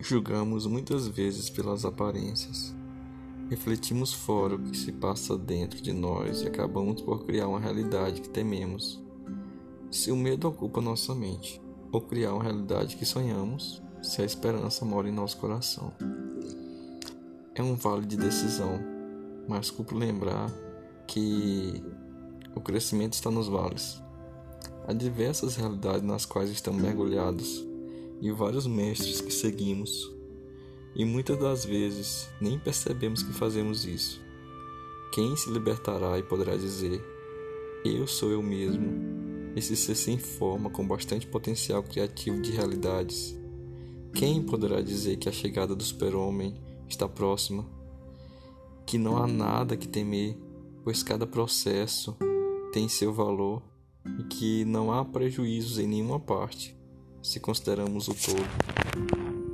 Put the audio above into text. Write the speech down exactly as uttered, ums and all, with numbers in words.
Julgamos muitas vezes pelas aparências. Refletimos fora o que se passa dentro de nós e acabamos por criar uma realidade que tememos. Se o medo ocupa nossa mente, ou criar uma realidade que sonhamos, se a esperança mora em nosso coração. É um vale de decisão, mas cumpre lembrar que o crescimento está nos vales. Há diversas realidades nas quais estamos mergulhados e vários mestres que seguimos. E muitas das vezes nem percebemos que fazemos isso. Quem se libertará e poderá dizer: eu sou eu mesmo, esse ser sem forma com bastante potencial criativo de realidades? Quem poderá dizer que a chegada do super-homem está próxima? Que não há nada que temer, pois cada processo tem seu valor e que não há prejuízos em nenhuma parte, se consideramos o todo.